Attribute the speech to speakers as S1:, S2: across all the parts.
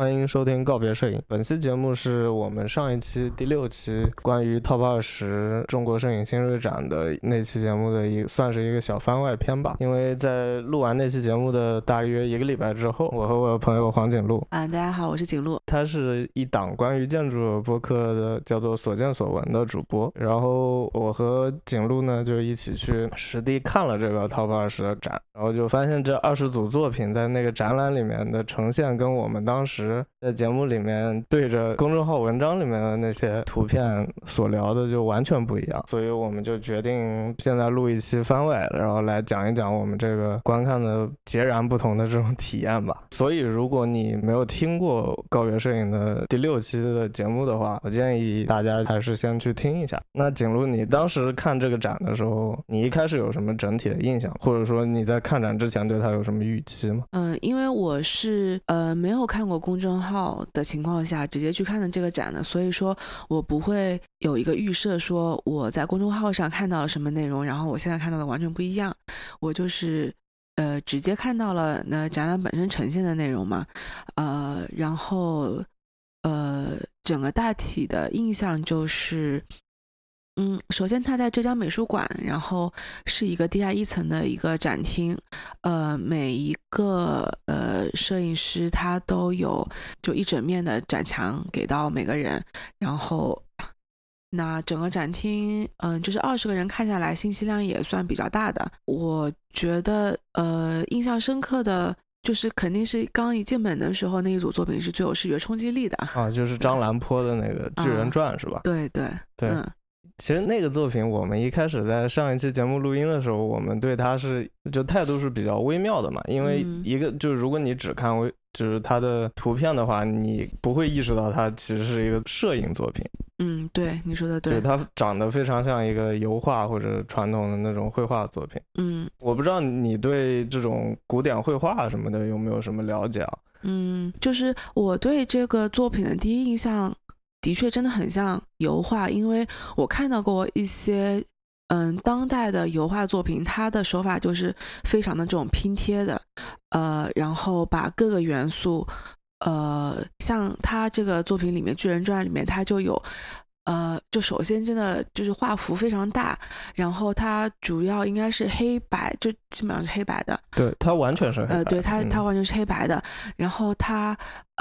S1: 欢迎收听告别摄影。本期节目是我们上一期第6期关于 Top 20中国摄影新锐展的那期节目的算是一个小番外篇吧。因为在录完那期节目的大约1个礼拜之后，我和我的朋友黄景路
S2: 大家好，我是景路。
S1: 他是一档关于建筑播客的叫做所见所闻的主播，然后我和景路呢就一起去实地看了这个 Top 20的展，然后就发现这20组作品在那个展览里面的呈现跟我们当时在节目里面对着公众号文章里面的那些图片所聊的就完全不一样，所以我们就决定现在录一期番外，然后来讲一讲我们这个观看的截然不同的这种体验吧。所以如果你没有听过告别摄影的第6期的节目的话，我建议大家还是先去听一下。那景路，你当时看这个展的时候，你一开始有什么整体的印象，或者说你在看展之前对它有什么预期吗？
S2: 因为我是没有看过公众号的情况下直接去看的这个展的，所以说我不会有一个预设说我在公众号上看到了什么内容，然后我现在看到的完全不一样。我就是直接看到了那展览本身呈现的内容嘛，然后整个大体的印象就是首先它在浙江美术馆，然后是一个地下1层的一个展厅，每一个摄影师他都有就一整面的展墙给到每个人，然后那整个展厅就是20个人看下来信息量也算比较大的。我觉得印象深刻的就是肯定是刚一进门的时候那一组作品是最有视觉冲击力的啊，就是
S1: 张兰坡的那个巨人传是吧？
S2: 对对对，
S1: 其实那个作品我们一开始在上一期节目录音的时候，我们对它是就态度是比较微妙的嘛，因为一个就是如果你只看就是它的图片的话，你不会意识到它其实是一个摄影作品。
S2: 对，你说的对，
S1: 就它长得非常像一个油画或者传统的那种绘画作品。我不知道你对这种古典绘画什么的有没有什么了解啊？
S2: 就是我对这个作品的第一印象的确真的很像油画，因为我看到过一些当代的油画作品，它的手法就是非常的这种拼贴的，然后把各个元素像它这个作品里面《巨人传》里面它就有就首先真的就是画幅非常大，然后它主要应该是黑白，就基本上是黑白的。
S1: 对，它完全是黑白的。
S2: 对，它完全是黑白的。然后它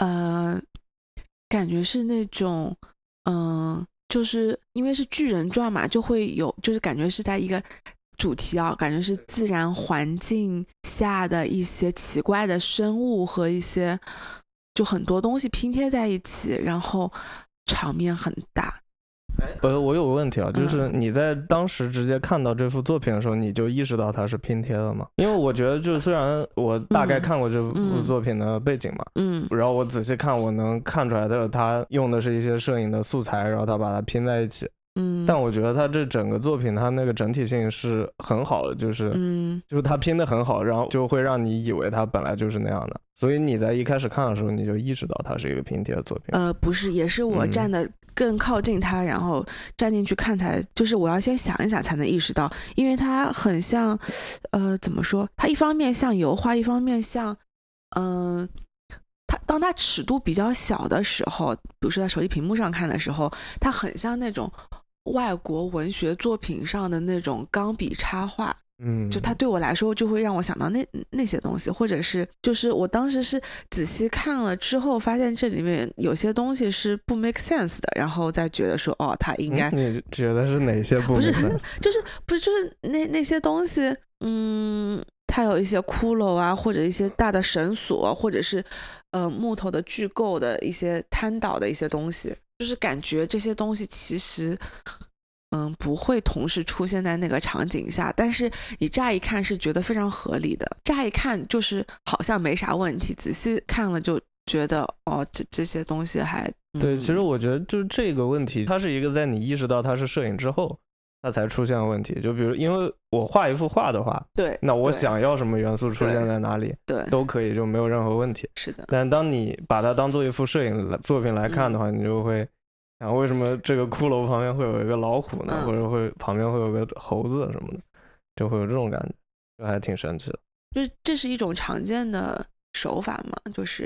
S2: 感觉是那种就是因为是巨人传嘛，就会有就是感觉是在一个主题啊，感觉是自然环境下的一些奇怪的生物和一些就很多东西拼贴在一起，然后场面很大。
S1: 我有个问题啊，就是你在当时直接看到这幅作品的时候，你就意识到它是拼贴的吗？因为我觉得就虽然我大概看过这幅作品的背景嘛，然后我仔细看，我能看出来的它用的是一些摄影的素材，然后它把它拼在一起。但我觉得它这整个作品它那个整体性是很好的，就是它拼得很好，然后就会让你以为它本来就是那样的，所以你在一开始看的时候你就意识到它是一个拼贴的作品。
S2: 不是，也是我站得更靠近它，然后站进去看才，就是我要先想一想才能意识到，因为它很像怎么说，它一方面像油画，一方面像当它尺度比较小的时候，比如说在手机屏幕上看的时候，它很像那种外国文学作品上的那种钢笔插画。就它对我来说就会让我想到那些东西，或者是就是我当时是仔细看了之后发现这里面有些东西是不 make sense 的，然后再觉得说它应该
S1: 你觉得是哪些不 make sense？
S2: 就是那些东西它有一些骷髅啊，或者一些大的绳索，或者是木头的锯构的一些瘫倒的一些东西，就是感觉这些东西其实不会同时出现在那个场景下，但是你乍一看是觉得非常合理的，乍一看就是好像没啥问题，仔细看了就觉得这些东西还
S1: 对。其实我觉得就是这个问题，它是一个在你意识到它是摄影之后它才出现的问题。就比如因为我画一幅画的话，
S2: 对，
S1: 那我想要什么元素出现在哪里，
S2: 对，
S1: 都可以，就没有任何问题。
S2: 是的。
S1: 但当你把它当做一幅摄影作品来看的话，你就会想为什么这个骷髅旁边会有一个老虎呢？或者旁边会有个猴子什么的，就会有这种感觉，就还挺神奇的。
S2: 就是这是一种常见的手法嘛，就是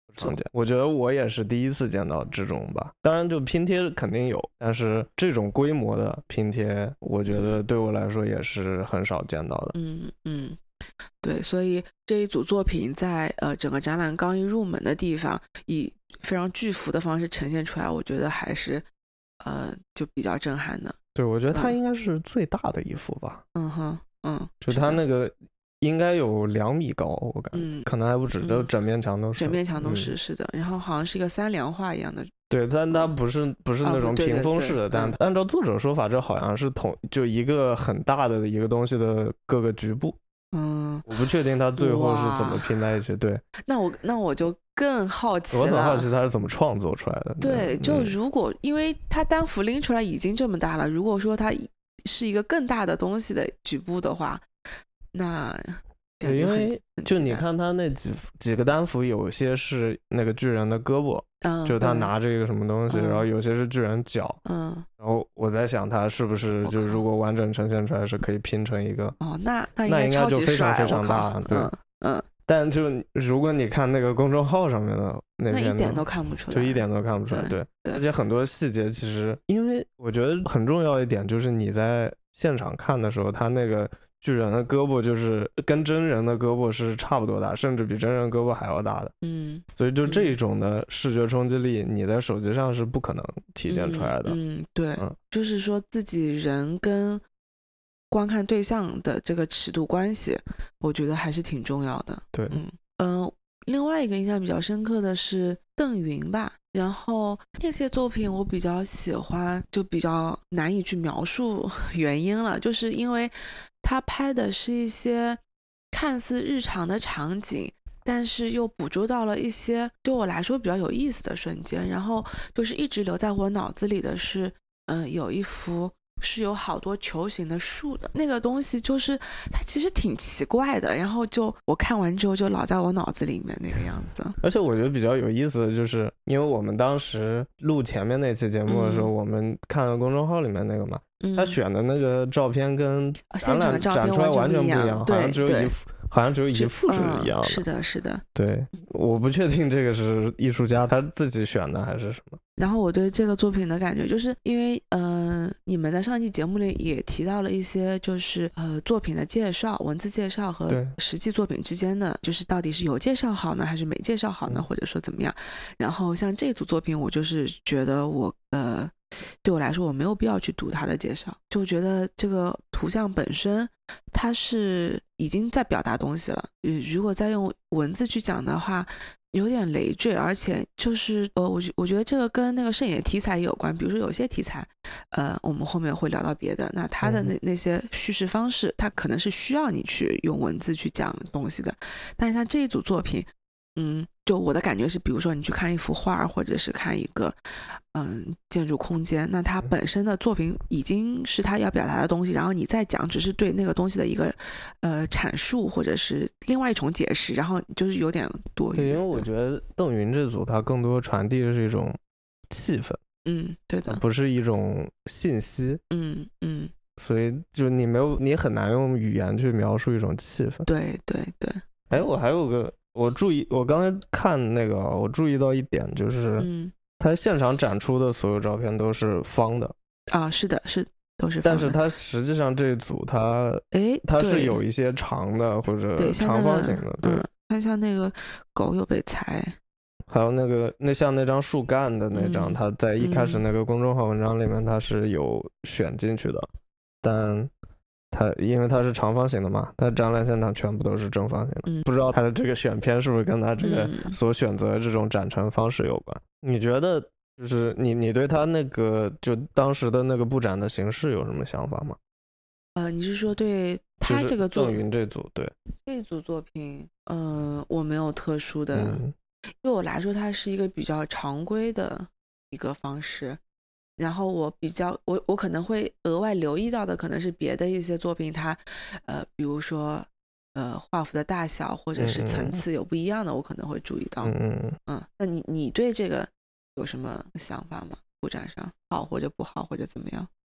S1: 常见。我觉得我也是第一次见到这种吧，当然就拼贴肯定有，但是这种规模的拼贴，我觉得对我来说也是很少见到的。
S2: 对，所以这一组作品在整个展览刚一入门的地方，以非常巨幅的方式呈现出来，我觉得还是就比较震撼的。
S1: 对，我觉得它应该是最大的一幅吧。就它那个应该有2米高，我感觉，可能还不止，就整面墙都是。
S2: 整面墙都是，是的。然后好像是一个3联画一样的。
S1: 对，但它不是那种屏风式的，但按照作者说法，这好像是就一个很大的一个东西的各个局部。我不确定他最后是怎么拼在一起。对，
S2: 那我就更好奇了。
S1: 我很好奇他是怎么创作出来的。
S2: 对，就如果因为他单幅拎出来已经这么大了，如果说它是一个更大的东西的局部的话，那
S1: 对，因为就你看他那几个单幅，有些是那个巨人的胳膊，就他拿着一个什么东西，然后有些是巨人脚，然后我在想他是不是就如果完整呈现出来是可以拼成一个，
S2: 那
S1: 应该就非常非常大。对，但就如果你看那个公众号上面的那
S2: 一点都看不出来，
S1: 就一点都看不出来。对，而且很多细节其实，因为我觉得很重要一点就是你在现场看的时候，他那个巨人的胳膊就是跟真人的胳膊是差不多大，甚至比真人胳膊还要大的。所以就这种的视觉冲击力，你在手机上是不可能体现出来的。
S2: 对，就是说自己人跟观看对象的这个尺度关系，我觉得还是挺重要的。
S1: 对，
S2: 另外一个印象比较深刻的是邓云吧，然后那些作品我比较喜欢，就比较难以去描述原因了，就是因为他拍的是一些看似日常的场景，但是又捕捉到了一些对我来说比较有意思的瞬间，然后就是一直留在我脑子里的是有一幅是有好多球形的树的那个东西，就是它其实挺奇怪的，然后就我看完之后就老在我脑子里面那个样子。
S1: 而且我觉得比较有意思的就是因为我们当时录前面那期节目的时候，我们看了公众号里面那个嘛，他选的那个照片跟展览展出来完全不一样，好像只有一幅是一样的。
S2: 是的。
S1: 对，我不确定这个是艺术家他自己选的还是什么。
S2: 然后我对这个作品的感觉就是因为你们在上一期节目里也提到了一些就是作品的介绍，文字介绍和实际作品之间的就是到底是有介绍好呢还是没介绍好呢，或者说怎么样。然后像这组作品我就是觉得对我来说我没有必要去读它的介绍，就觉得这个图像本身它是已经在表达东西了，如果再用文字去讲的话有点累赘，而且就是我觉得这个跟那个摄影的题材也有关，比如说有些题材我们后面会聊到别的，那它的那些叙事方式它可能是需要你去用文字去讲东西的，但是像这一组作品就我的感觉是比如说你去看一幅画或者是看一个建筑空间，那它本身的作品已经是它要表达的东西，然后你再讲只是对那个东西的一个阐述或者是另外一种解释，然后就是有点多余。
S1: 对，因为我觉得邓云这组它更多传递的是一种气氛，
S2: 对的，
S1: 不是一种信息，所以就你很难用语言去描述一种气氛。
S2: 对。
S1: 我还有个我刚才看那个我注意到一点，就是他现场展出的所有照片都是方的
S2: 是的，都是方的，
S1: 但是他实际上这一组它是有一些长的或者长方形的。对，
S2: 它像那个狗有被裁，
S1: 还有像那张树干的那张，它在一开始那个公众号文章里面它是有选进去的，但因为它是长方形的嘛，它展览现场全部都是正方形的，不知道它的这个选片是不是跟它这个所选择的这种展陈方式有关。你觉得就是你对它那个就当时的那个布展的形式有什么想法吗？
S2: 你是说对它这个
S1: 邓云这组？对，
S2: 这组作品我没有特殊的，对我来说它是一个比较常规的一个方式，然后我可能会额外留意到的可能是别的一些作品，它比如说画幅的大小或者是层次有不一样的，我可能会注意到。那你对这个有什么想法吗？布展上好或者不好或者怎么样？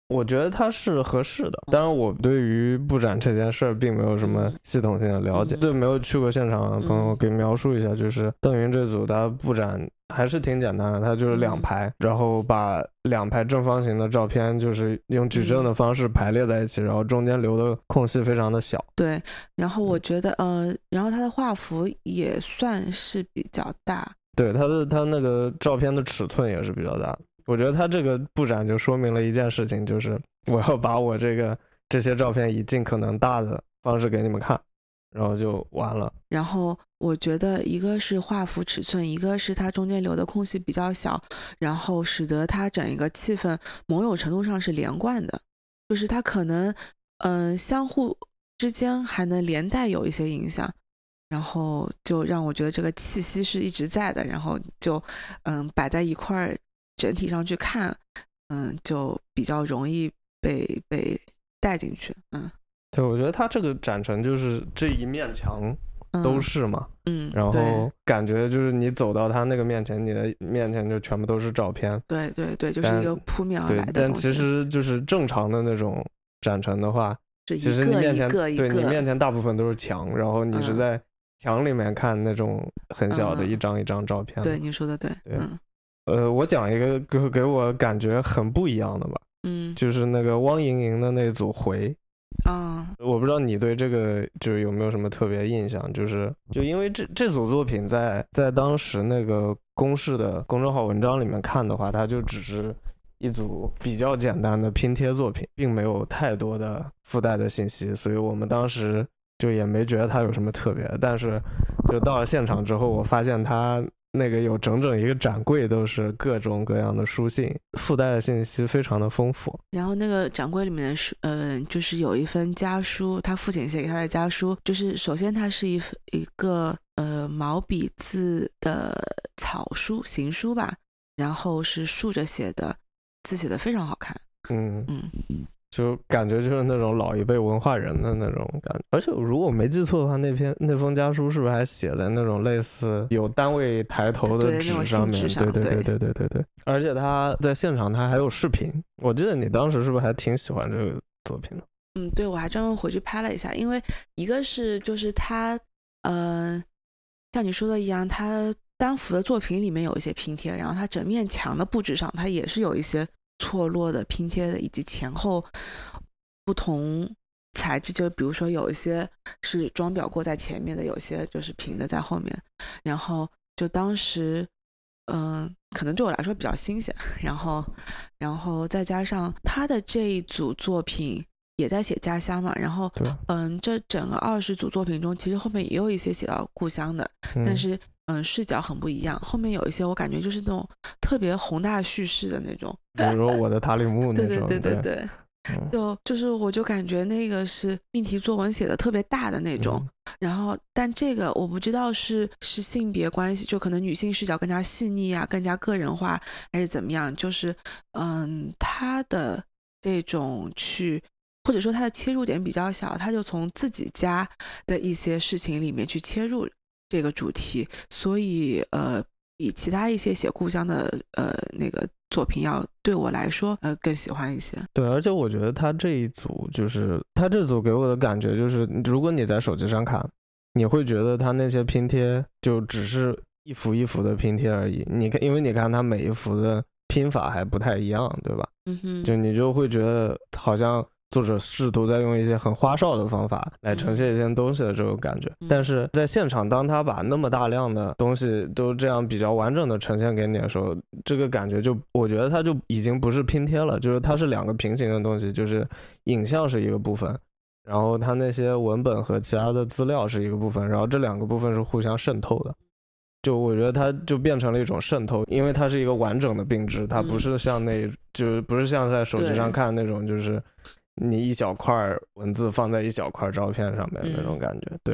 S1: 我觉得它是合适的，当然我对于布展这件事儿并没有什么系统性的了解，对没有去过现场的朋友可以描述一下，就是邓云这组它布展还是挺简单的，它就是2排，然后把2排正方形的照片就是用矩阵的方式排列在一起，然后中间留的空隙非常的小。
S2: 对，然后我觉得然后它的画幅也算是比较大，
S1: 对，它那个照片的尺寸也是比较大的。我觉得他这个布展就说明了一件事情，就是我要把我这些照片以尽可能大的方式给你们看，然后就完了。
S2: 然后我觉得一个是画幅尺寸，一个是它中间留的空隙比较小，然后使得它整一个气氛某种程度上是连贯的，就是它可能相互之间还能连带有一些影响，然后就让我觉得这个气息是一直在的，然后就摆在一块儿整体上去看，就比较容易被带进去。
S1: 对，我觉得它这个展陈就是这一面墙都是嘛，然后感觉就是你走到它那个面前，你的面前就全部都是照片。
S2: 对对对，就是一个扑面而来的东西。
S1: 但其实就是正常的那种展陈的话，其实你面前对你面前大部分都是墙，然后你是在墙里面看那种很小的一张一张照片。
S2: 对，你说的对。
S1: 我讲一个给我感觉很不一样的吧，就是那个汪莹莹的那组回。我不知道你对这个就是有没有什么特别印象，就因为这组作品在当时那个公示的公众号文章里面看的话，它就只是一组比较简单的拼贴作品，并没有太多的附带的信息，所以我们当时就也没觉得它有什么特别。但是就到了现场之后，我发现它那个有整整一个展柜都是各种各样的书信，附带的信息非常的丰富。
S2: 然后那个展柜里面的书，就是有一份家书，他父亲写给他的家书，就是首先它是一个毛笔字的草书行书吧，然后是竖着写的，字写的非常好看。
S1: 就感觉就是那种老一辈文化人的那种感觉。而且如果我没记错的话，那封家书是不是还写在那种类似有单位抬头的纸上面？对。而且他在现场他还有视频，我记得你当时是不是还挺喜欢这个作品的？
S2: 对，我还专门回去拍了一下，因为一个是就是他像你说的一样，他单幅的作品里面有一些拼贴，然后他整面墙的布置上他也是有一些错落的拼贴的，以及前后不同材质，就比如说有一些是装裱过在前面的，有些就是平的在后面，然后就当时可能对我来说比较新鲜，然后再加上他的这一组作品也在写家乡嘛，然后这整个20组作品中其实后面也有一些写到故乡的，但是视角很不一样，后面有一些我感觉就是那种特别宏大叙事的那种，
S1: 比如说我的塔里木那种。
S2: 对，就是我就感觉那个是命题作文写的特别大的那种，然后但这个我不知道是性别关系，就可能女性视角更加细腻啊，更加个人化还是怎么样，就是他的这种或者说他的切入点比较小，他就从自己家的一些事情里面去切入这个主题，所以比其他一些写故乡的那个作品要对我来说更喜欢一些。
S1: 对，而且我觉得他这一组就是他这组给我的感觉就是，如果你在手机上看，你会觉得他那些拼贴就只是一幅一幅的拼贴而已。因为你看他每一幅的拼法还不太一样，对吧？就你就会觉得好像作者试图在用一些很花哨的方法来呈现一些东西的这种感觉，但是在现场当他把那么大量的东西都这样比较完整的呈现给你的时候，这个感觉就我觉得它就已经不是拼贴了，就是它是两个平行的东西，就是影像是一个部分，然后它那些文本和其他的资料是一个部分，然后这两个部分是互相渗透的，就我觉得它就变成了一种渗透，因为它是一个完整的并置，它不是像就是不是像在手机上看那种就是你一小块文字放在一小块照片上面那种感觉。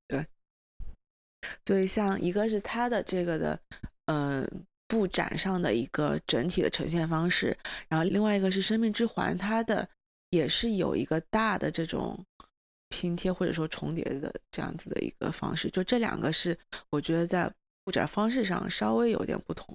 S2: 对，像一个是他的这个的布展上的一个整体的呈现方式，然后另外一个是生命之环，它的也是有一个大的这种拼贴或者说重叠的这样子的一个方式，就这两个是我觉得在布展方式上稍微有点不同的。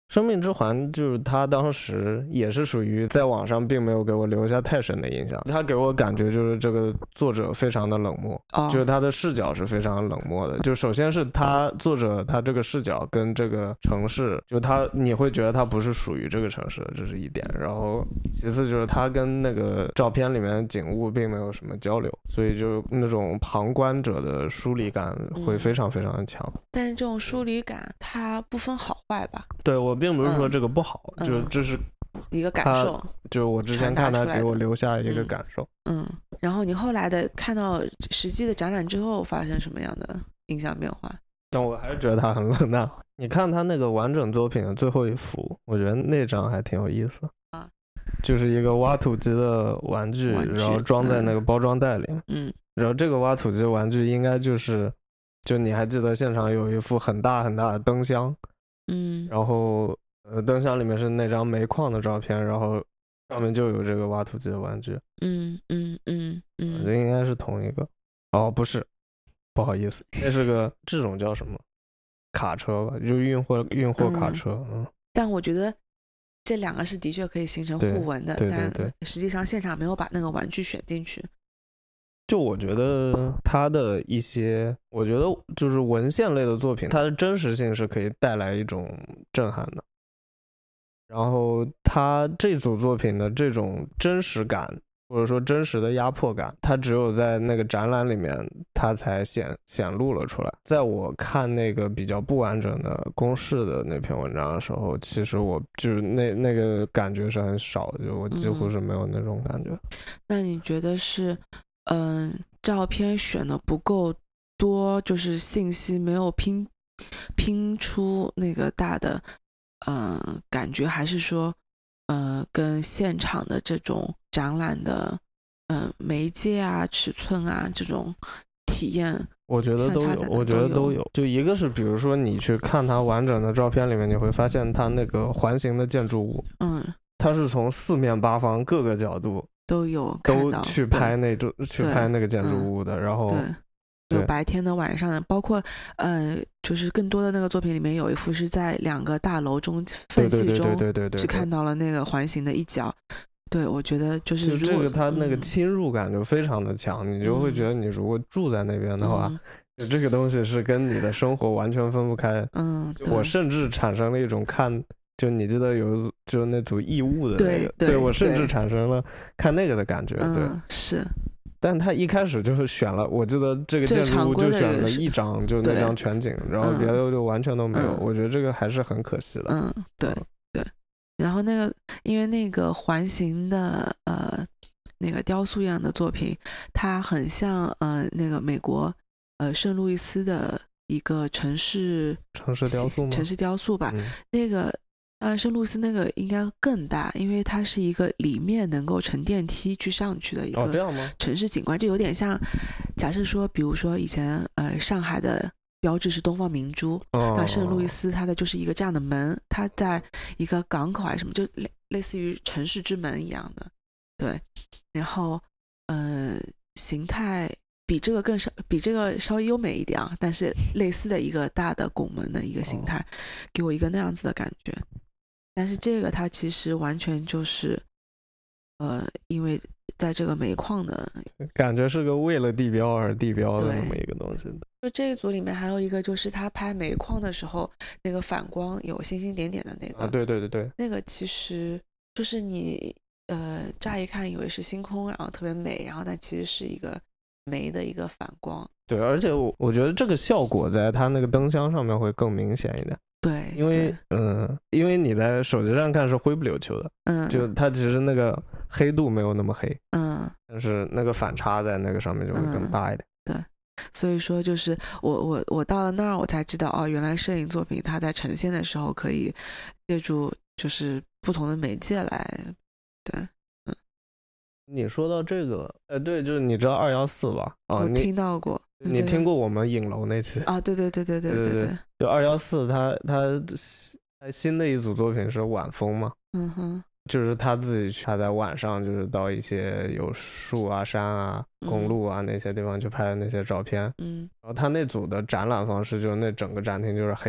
S1: 生命之环就是他当时也是属于在网上并没有给我留下太深的印象，他给我感觉就是这个作者非常的冷漠，就是他的视角是非常冷漠的。就首先是他作者他这个视角跟这个城市，就你会觉得他不是属于这个城市的，这是一点。然后其次就是他跟那个照片里面的景物并没有什么交流，所以就那种旁观者的疏离感会非常非常的强。
S2: 但是这种疏离感它不分好坏吧？
S1: 对，我并不是说这个不好，就这是
S2: 一个感受，
S1: 就我之前看他给我留下一个感受。
S2: 然后你后来的看到实际的展览之后发生什么样的印象变化？
S1: 但我还是觉得他很冷淡。你看他那个完整作品的最后一幅，我觉得那张还挺有意思啊，就是一个挖土机的玩具，然后装在那个包装袋里。然后这个挖土机玩具应该就你还记得现场有一副很大很大的灯箱，然后灯箱里面是那张煤矿的照片，然后上面就有这个挖土机的玩具。我觉得应该是同一个。哦，不是，不好意思，那是个这种叫什么卡车吧，就运货卡车。
S2: 但我觉得这两个是的确可以形成互文的，但实际上现场没有把那个玩具选进去。
S1: 就我觉得他的一些，我觉得就是文献类的作品，它的真实性是可以带来一种震撼的。然后他这组作品的这种真实感，或者说真实的压迫感，它只有在那个展览里面它才显露了出来。在我看那个比较不完整的公示的那篇文章的时候，其实我就是那个感觉是很少的，就我几乎是没有那种感觉。
S2: 那你觉得是照片选的不够多，就是信息没有拼出那个大的感觉，还是说跟现场的这种展览的媒介啊、尺寸啊这种体验，
S1: 我觉得都有。就一个是比如说你去看它完整的照片里面，你会发现它那个环形的建筑物，它是从四面八方各个角度
S2: 都
S1: 去拍那个建筑物的。然后
S2: 有白天的晚上的，包括就是更多的那个作品里面有一幅是在两个大楼中缝隙中只看到了那个环形的一角。对，我觉得就
S1: 这个它那个侵入感就非常的强，你就会觉得你如果住在那边的话，就这个东西是跟你的生活完全分不开。我甚至产生了一种就你记得就那组异物的那个，对我甚至产生了看那个的感觉。对，
S2: 是。
S1: 但他一开始就是选了，我记得这个建筑物就选了一张，就那张全景，然后别的就完全都没有。我觉得这个还是很可惜的。
S2: 对。然后因为那个环形的那个雕塑一样的作品，它很像那个美国圣路易斯的一个城市
S1: 雕塑吗？
S2: 城市雕塑吧。那个圣路易斯那个应该更大，因为它是一个里面能够乘电梯去上去的一个城市景观，就有点像假设说，比如说以前上海的标志是东方明珠，那圣路易斯它的就是一个这样的门，它在一个港口还是什么，就类似于城市之门一样的。对，然后形态比这个稍微优美一点啊，但是类似的一个大的拱门的一个形态，给我一个那样子的感觉。但是这个它其实完全就是因为在这个煤矿的
S1: 感觉是个为了地标而地标的那么一个东西。
S2: 就这一组里面还有一个就是他拍煤矿的时候那个反光有星星点点的那个
S1: 对，
S2: 那个其实就是你乍一看以为是星空，然后特别美，然后但其实是一个煤的一个反光。
S1: 对，而且我觉得这个效果在它那个灯箱上面会更明显一点。
S2: 对，
S1: 因为你在手机上看是灰不溜秋的，就它其实那个黑度没有那么黑，但是那个反差在那个上面就会更大一点。
S2: 对，所以说就是我到了那儿我才知道原来摄影作品它在呈现的时候可以借助就是不同的媒介来。对，
S1: 你说到这个，对，就是你知道214吧？
S2: 我听到过。
S1: 你听过我们影楼那期
S2: 对，
S1: 就214他新的一组作品是晚风嘛，就是他自己他在晚上就是到一些有树啊山啊公路啊那些地方去拍的那些照片，然后他那组的展览方式就是那整个展厅就是黑的，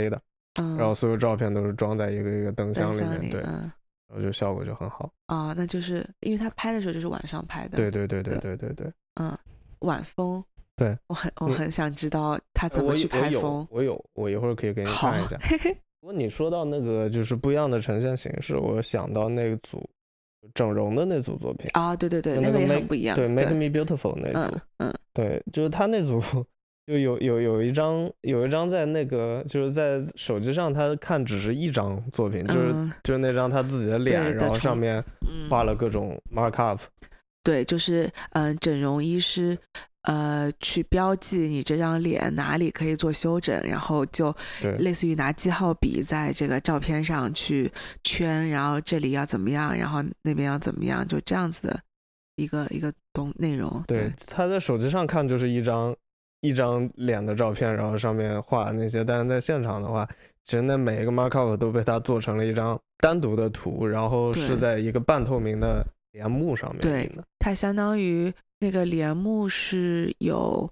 S1: 然后所有照片都是装在一个一个灯箱里面，对，
S2: 然
S1: 后就效果就很好
S2: 啊。那就是因为他拍的时候就是晚上拍的，
S1: 对，
S2: 晚风，
S1: 对，
S2: 我很想知道他怎么去拍风。
S1: 我一会儿可以给你看一下。不过你说到那个就是不一样的呈现形式，我想到那个组整容的那组作品
S2: 啊，对，那个也很不一样。
S1: 对 ，Make Me Beautiful 那组，对，就是他那组就有一张在那个就是在手机上他看只是一张作品，就是那张他自己的脸，然后上面画了各种 markup。
S2: 对，就是整容医师去标记你这张脸哪里可以做修整，然后就类似于拿记号笔在这个照片上去圈，然后这里要怎么样，然后那边要怎么样，就这样子的一个内容。
S1: 对，他在手机上看就是一张脸的照片，然后上面画那些，但是在现场的话，其实那每一个 markup 都被他做成了一张单独的图，然后是在一个半透明的帘幕上面。
S2: 对，它相当于那个帘幕是有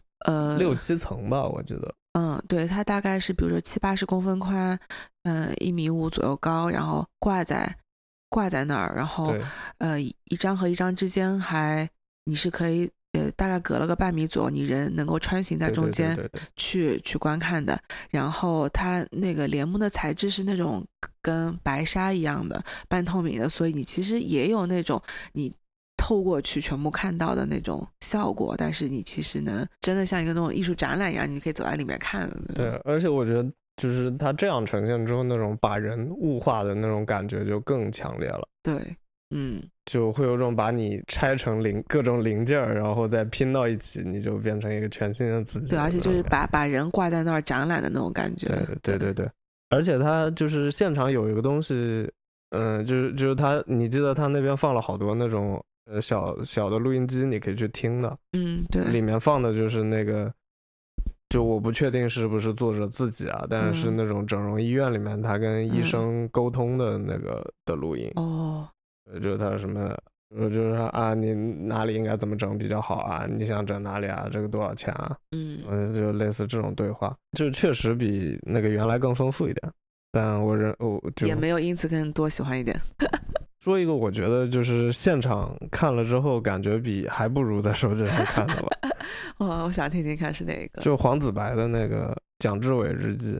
S1: 6-7层吧，我记得。
S2: 对，它大概是比如说70-80公分宽，1.5米左右高，然后挂在那儿，然后一张和一张之间你是可以大概隔了个半米左右，你人能够穿行在中间去观看的。然后它那个帘幕的材质是那种跟白纱一样的半透明的，所以你其实也有那种你透过去全部看到的那种效果，但是你其实能真的像一个那种艺术展览一样，你可以走在里面看。
S1: 对，而且我觉得就是它这样呈现之后，那种把人物化的那种感觉就更强烈了。
S2: 对，
S1: 就会有种把你拆成各种零件，然后再拼到一起，你就变成一个全新的自己。
S2: 对，而且就是把人挂在那儿展览的那种感觉。
S1: 对，而且它就是现场有一个东西，就是它，你记得它那边放了好多那种小的录音机，你可以去听的。
S2: 对，
S1: 里面放的就是那个，就我不确定是不是作者自己啊，但是那种整容医院里面他跟医生沟通的那个的录音。就是他什么，就是说啊，你哪里应该怎么整比较好啊？你想整哪里啊？这个多少钱啊？就类似这种对话，就确实比那个原来更丰富一点。但我
S2: 也没有因此更多喜欢一点。
S1: 说一个我觉得就是现场看了之后感觉还不如在手机上看的吧。
S2: 我想听听看是哪个。
S1: 就黄子白的那个蒋志伟日记。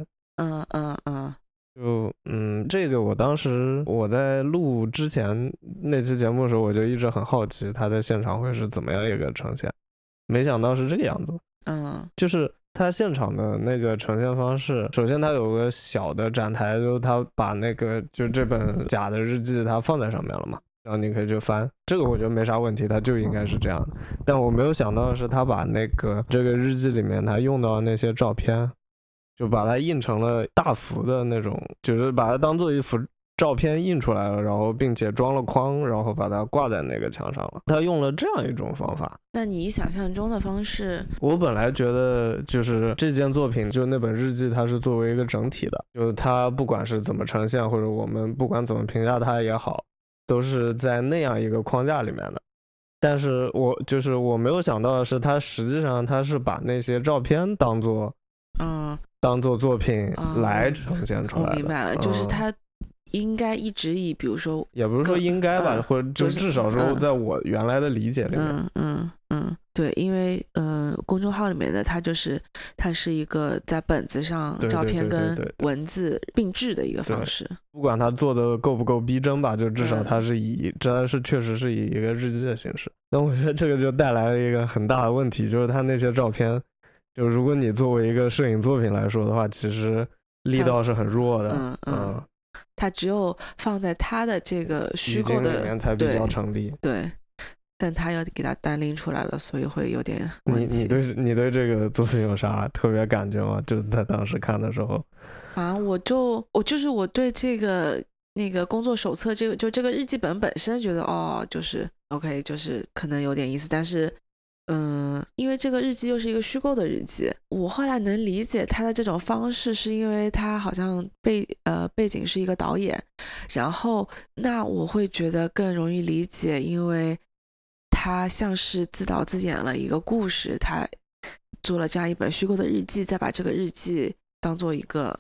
S1: 就这个我当时我在录之前那期节目的时候，我就一直很好奇他在现场会是怎么样一个呈现，没想到是这个样子。就是他现场的那个呈现方式，首先他有个小的展台，就是他把那个就这本假的日记他放在上面了嘛，然后你可以去翻，这个我觉得没啥问题，他就应该是这样的。但我没有想到的是他把这个日记里面他用到那些照片，就把它印成了大幅的那种，就是把它当做一幅照片印出来了，然后并且装了框，然后把它挂在那个墙上了。他用了这样一种方法。
S2: 那你想象中的方式？
S1: 我本来觉得就是这件作品，就那本日记，它是作为一个整体的，就是它不管是怎么呈现，或者我们不管怎么评价它也好，都是在那样一个框架里面的。但是我没有想到的是，它实际上它是把那些照片当做作品来呈现出来的。
S2: 我明白了，就是它应该一直以，比如说，
S1: 也不是说应该吧，或者就至少说在我原来的理解里面，
S2: 对，因为公众号里面的它是一个在本子上照片跟文字并置的一个方式。
S1: 不管它做的够不够逼真吧，就至少它是确实是以一个日记的形式。那我觉得这个就带来了一个很大的问题，就是它那些照片，就如果你作为一个摄影作品来说的话，其实力道是很弱的。
S2: 它只有放在它的这个虚构的
S1: 里面才比较成立。对，
S2: 但他要给它单拎出来了，所以会有点问题。
S1: 你对这个作品有啥特别感觉吗？就是在当时看的时候
S2: 啊，我对这个那个工作手册这个日记本本身觉得就是 OK， 就是可能有点意思，但是因为这个日记又是一个虚构的日记，我后来能理解他的这种方式，是因为他好像背景是一个导演，然后那我会觉得更容易理解，因为他像是自导自演了一个故事，他做了这样一本虚构的日记，再把这个日记当做一个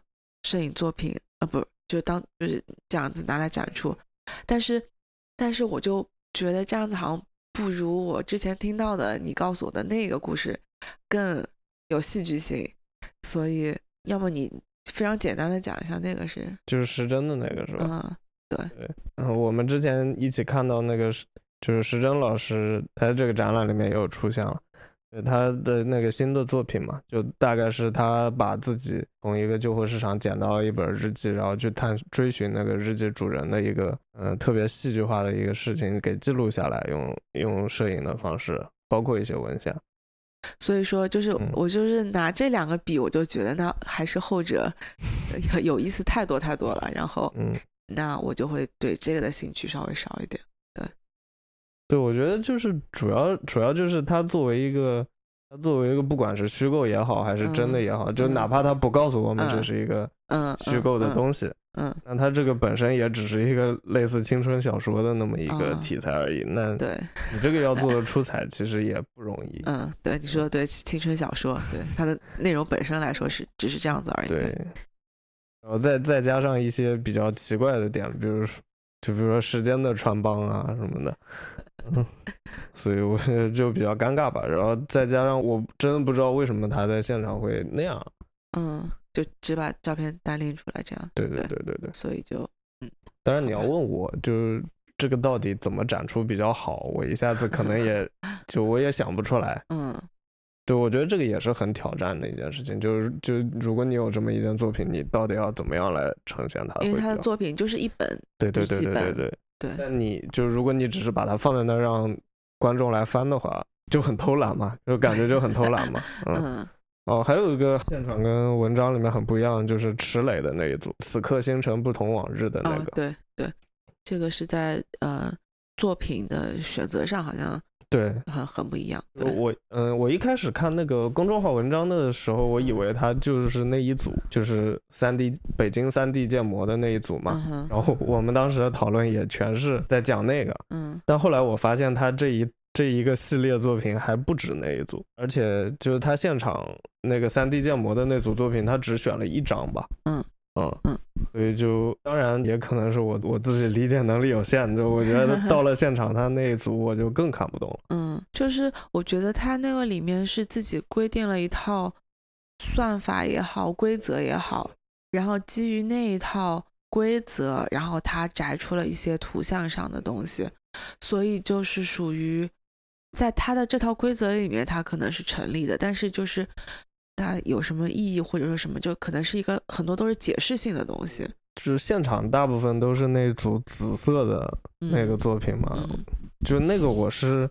S2: 摄影作品，不就是这样子拿来展出，但是我就觉得这样子好像不如我之前听到的你告诉我的那个故事更有戏剧性，所以要么你非常简单的讲一下那个是，
S1: 就是时针的那个是吧？
S2: 对，
S1: 我们之前一起看到那个就是时针老师，他在这个展览里面也有出现了。他的那个新的作品嘛，就大概是他把自己从一个旧货市场捡到了一本日记，然后去追寻那个日记主人的一个特别戏剧化的一个事情给记录下来，用摄影的方式，包括一些文献。
S2: 所以说就是我就是拿这两个比，我就觉得那还是后者有意思太多了，然后那我就会对这个的兴趣稍微少一点。
S1: 对，我觉得就是主要就是它作为一个不管是虚构也好还是真的也好，就哪怕它不告诉我们这是一个虚构的东西，那它这个本身也只是一个类似青春小说的那么一个题材而已。那
S2: 对
S1: 你这个要做的出彩其实也不容易。
S2: 对，你说的对，青春小说，对它的内容本身来说只是这样子而已。
S1: 对，然后再加上一些比较奇怪的点，比如说时间的穿帮啊什么的。所以我就比较尴尬吧，然后再加上我真的不知道为什么他在现场会那样，
S2: 就只把照片单拎出来这样。
S1: 对，
S2: 所以就
S1: 当然你要问我就是这个到底怎么展出比较好，我一下子可能我也想不出来。对，我觉得这个也是很挑战的一件事情，就如果你有这么一件作品，你到底要怎么样来呈现它？
S2: 因为他的作品就是一本，
S1: 对，但你就如果你只是把它放在那让观众来翻的话，就很偷懒嘛，就感觉就很偷懒嘛。还有一个现场跟文章里面很不一样，就是池磊的那一组，此刻星辰不同往日的那个。
S2: 对，这个是在作品的选择上好像
S1: 对
S2: 很不一样。
S1: 我一开始看那个公众号文章的时候，我以为他就是那一组，就是北京3D 建模的那一组嘛。然后我们当时的讨论也全是在讲那个。但后来我发现他这一个系列作品还不止那一组，而且就是他现场那个3D 建模的那组作品，他只选了1张吧。所以就当然也可能是我自己理解能力有限，就我觉得到了现场他那一组我就更看不懂了。
S2: 就是我觉得他那个里面是自己规定了一套算法也好，规则也好，然后基于那一套规则，然后他摘出了一些图像上的东西，所以就是属于在他的这套规则里面，他可能是成立的，但是就是它有什么意义或者说什么，就可能是一个很多都是解释性的东西。
S1: 就是现场大部分都是那组紫色的那个作品嘛，就那个我是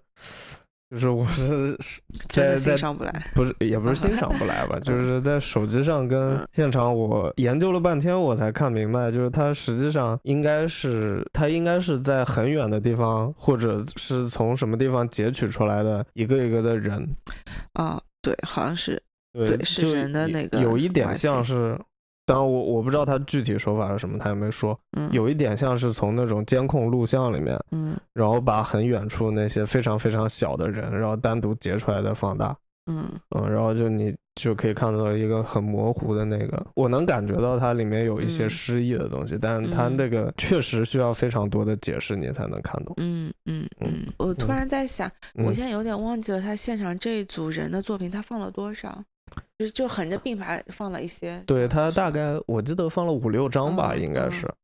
S2: 在欣赏不来，
S1: 不是也不是欣赏不来吧，就是在手机上跟现场我研究了半天我才看明白，就是它实际上应该是在很远的地方，或者是从什么地方截取出来的一个一个的人。
S2: 对，好像是。
S1: 对，
S2: 是人的那个
S1: 有一点像是，当然我不知道他具体手法是什么，他也没说。有一点像是从那种监控录像里面，然后把很远处那些非常非常小的人，然后单独截出来的放大。然后你就可以看到一个很模糊的那个，我能感觉到它里面有一些诗意的东西，但它那个确实需要非常多的解释你才能看懂。
S2: 我突然在想，我现在有点忘记了他现场这一组人的作品他放了多少，就横着并排放了一些。
S1: 对，他大概我记得放了5、6张吧，应该是。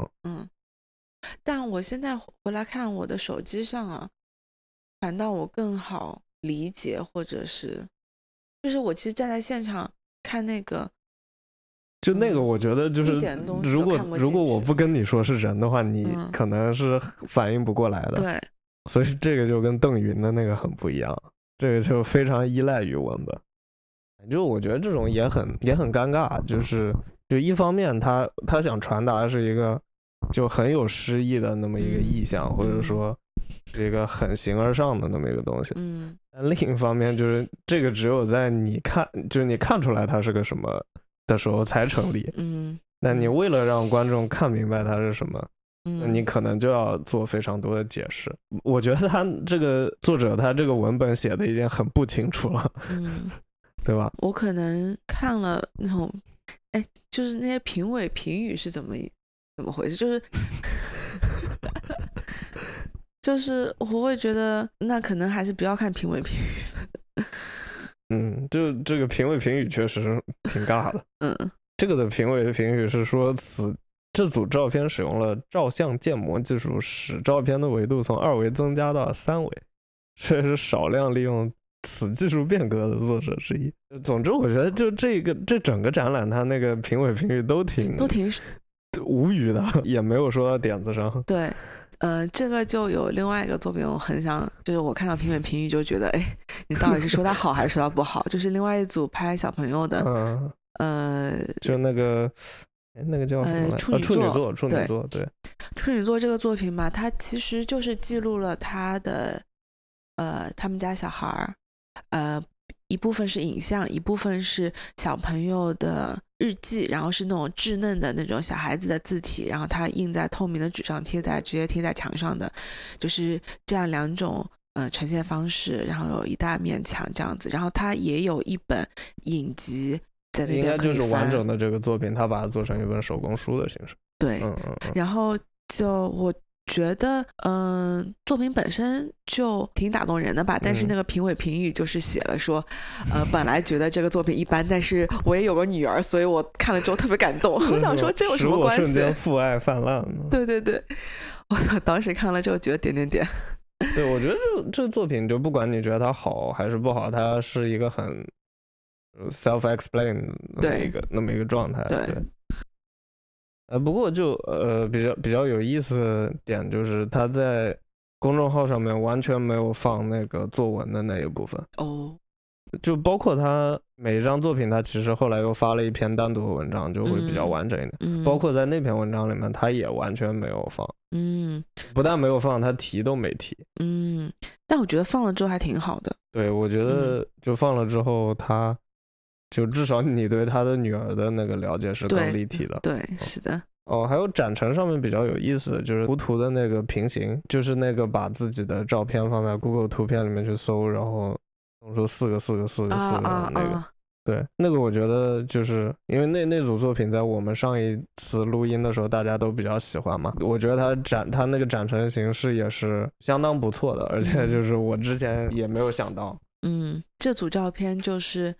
S2: 但我现在回来看我的手机上啊，反倒我更好理解，或者是就是我其实站在现场看那个，
S1: 就那个我觉得就是如果我不跟你说是人的话，你可能是反应不过来的。
S2: 对，
S1: 所以这个就跟邓云的那个很不一样，这个就非常依赖于文本。就我觉得这种也很尴尬，就一方面他想传达是一个就很有诗意的那么一个意象，或者说是一个很形而上的那么一个东西。但另一方面就是这个只有在你看出来它是个什么的时候才成立。那你为了让观众看明白它是什么，那你可能就要做非常多的解释。我觉得他这个作者他这个文本写的已经很不清楚了。对吧？
S2: 我可能看了那种哎，就是那些评委评语是怎么回事？就是我会觉得，那可能还是不要看评委评语。
S1: 就这个评委评语确实挺尬的。这个的评委评语是说这组照片使用了照相建模技术，使照片的维度从2维增加到3维，这是少量利用此技术变革的作者之一。总之我觉得就这整个展览它那个评委评语都挺无语的，也没有说到点子上。
S2: 对，这个就有另外一个作品我很想，就是我看到评委评语就觉得，哎，你到底是说他好还是说他不好？就是另外一组拍小朋友的，
S1: 就那个叫什么来？处女座，对，
S2: 处女座这个作品嘛，它其实就是记录了他们家小孩一部分是影像，一部分是小朋友的日记，然后是那种稚嫩的那种小孩子的字体，然后它印在透明的纸上，直接贴在墙上的，就是这样2种呈现方式，然后有一大面墙这样子，然后它也有一本影集在那边，
S1: 应该就是完整的这个作品，他把它做成一本手工书的形式。
S2: 对，然后就我觉得作品本身就挺打动人的吧，但是那个评委评语就是写了说本来觉得这个作品一般，但是我也有个女儿，所以我看了之后特别感动。我想说这有什么关系？
S1: 瞬间父爱泛滥。
S2: 对，我当时看了之后觉得点。
S1: 对，我觉得这作品就不管你觉得它好还是不好，它是一个很self-explain 那么一个状态。对。不过就比较有意思的点就是他在公众号上面完全没有放那个作文的那一部分。就包括他每一张作品他其实后来又发了一篇单独的文章，就会比较完整一点。包括在那篇文章里面他也完全没有放。不但没有放，他提都没提。
S2: 但我觉得放了之后还挺好的。
S1: 对，我觉得就放了之后他就至少你对他的女儿的那个了解是更立体的。
S2: 对，是的。
S1: 还有展陈上面比较有意思的就是图图的那个平行，就是那个把自己的照片放在 Google 图片里面去搜，然后弄出4个那个。对，那个我觉得就是因为那组作品在我们上一次录音的时候大家都比较喜欢嘛，我觉得他那个展陈形式也是相当不错的，而且就是我之前也没有想到。
S2: 这组照片就是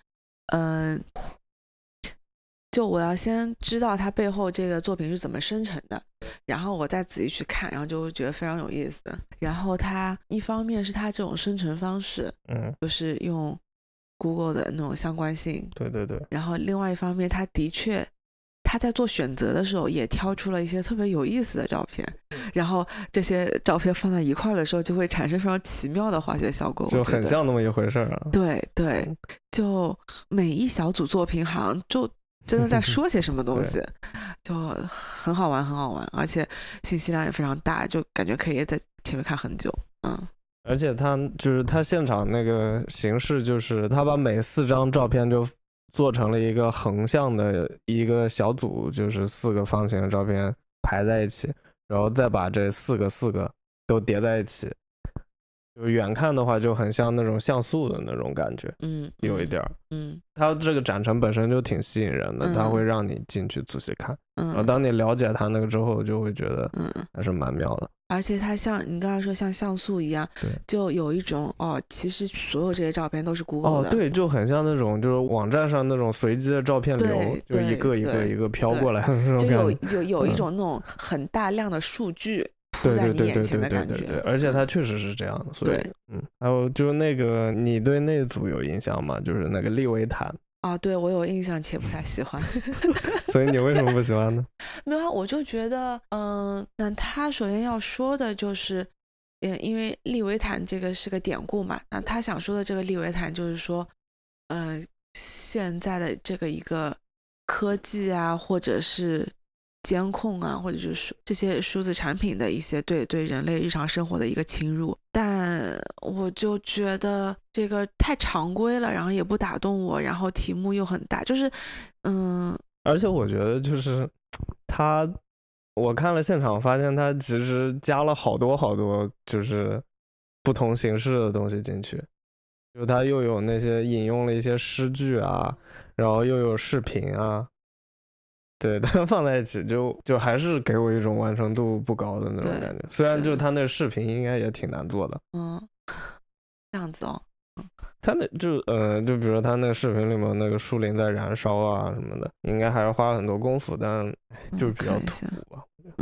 S2: 就我要先知道它背后这个作品是怎么生成的，然后我再仔细去看，然后就会觉得非常有意思。然后它一方面是它这种生成方式，就是用 Google 的那种相关性，
S1: 对。
S2: 然后另外一方面，它的确他在做选择的时候也挑出了一些特别有意思的照片，然后这些照片放在一块的时候就会产生非常奇妙的化学效果，
S1: 就很像那么一回事啊。
S2: 对，就每一小组作品好像就真的在说些什么东西就很好玩，而且信息量也非常大，就感觉可以在前面看很久。
S1: 而且他现场那个形式就是他把每4张照片就做成了一个横向的一个小组，就是4个方形的照片排在一起，然后再把这4个都叠在一起，就远看的话就很像那种像素的那种感觉。有一点。它这个展陈本身就挺吸引人的，它会让你进去仔细看。然后当你了解它那个之后，就会觉得还是蛮妙的。
S2: 而且它像你刚才说像像素一样，就有一种其实所有这些照片都是 Google 的。
S1: 对，就很像那种就是网站上那种随机的照片流，就一个一个飘过来的那种感觉。
S2: 就有一种那种很大量的数据扑在你眼前的感觉。
S1: 对，而且它确实是这样的。所以还有就那个你对那组有印象吗？就是那个利维坦。
S2: 对，我有印象且不太喜欢。
S1: 所以你为什么不喜欢呢？
S2: 没有，我就觉得那他首先要说的就是因为利维坦这个是个典故嘛，那他想说的这个利维坦就是说现在的这个一个科技啊，或者是监控啊，或者就是这些数字产品的一些对人类日常生活的一个侵入，但我就觉得这个太常规了，然后也不打动我，然后题目又很大，就是
S1: 而且我觉得就是我看了现场发现他其实加了好多就是不同形式的东西进去，就他又有那些引用了一些诗句啊，然后又有视频啊， 对，但放在一起就还是给我一种完成度不高的那种感觉。虽然就他那视频应该也挺难做的。
S2: 这样子哦。
S1: 他那就比如说他那个视频里面那个树林在燃烧啊什么的，应该还是花了很多功夫，但就是比较土吧。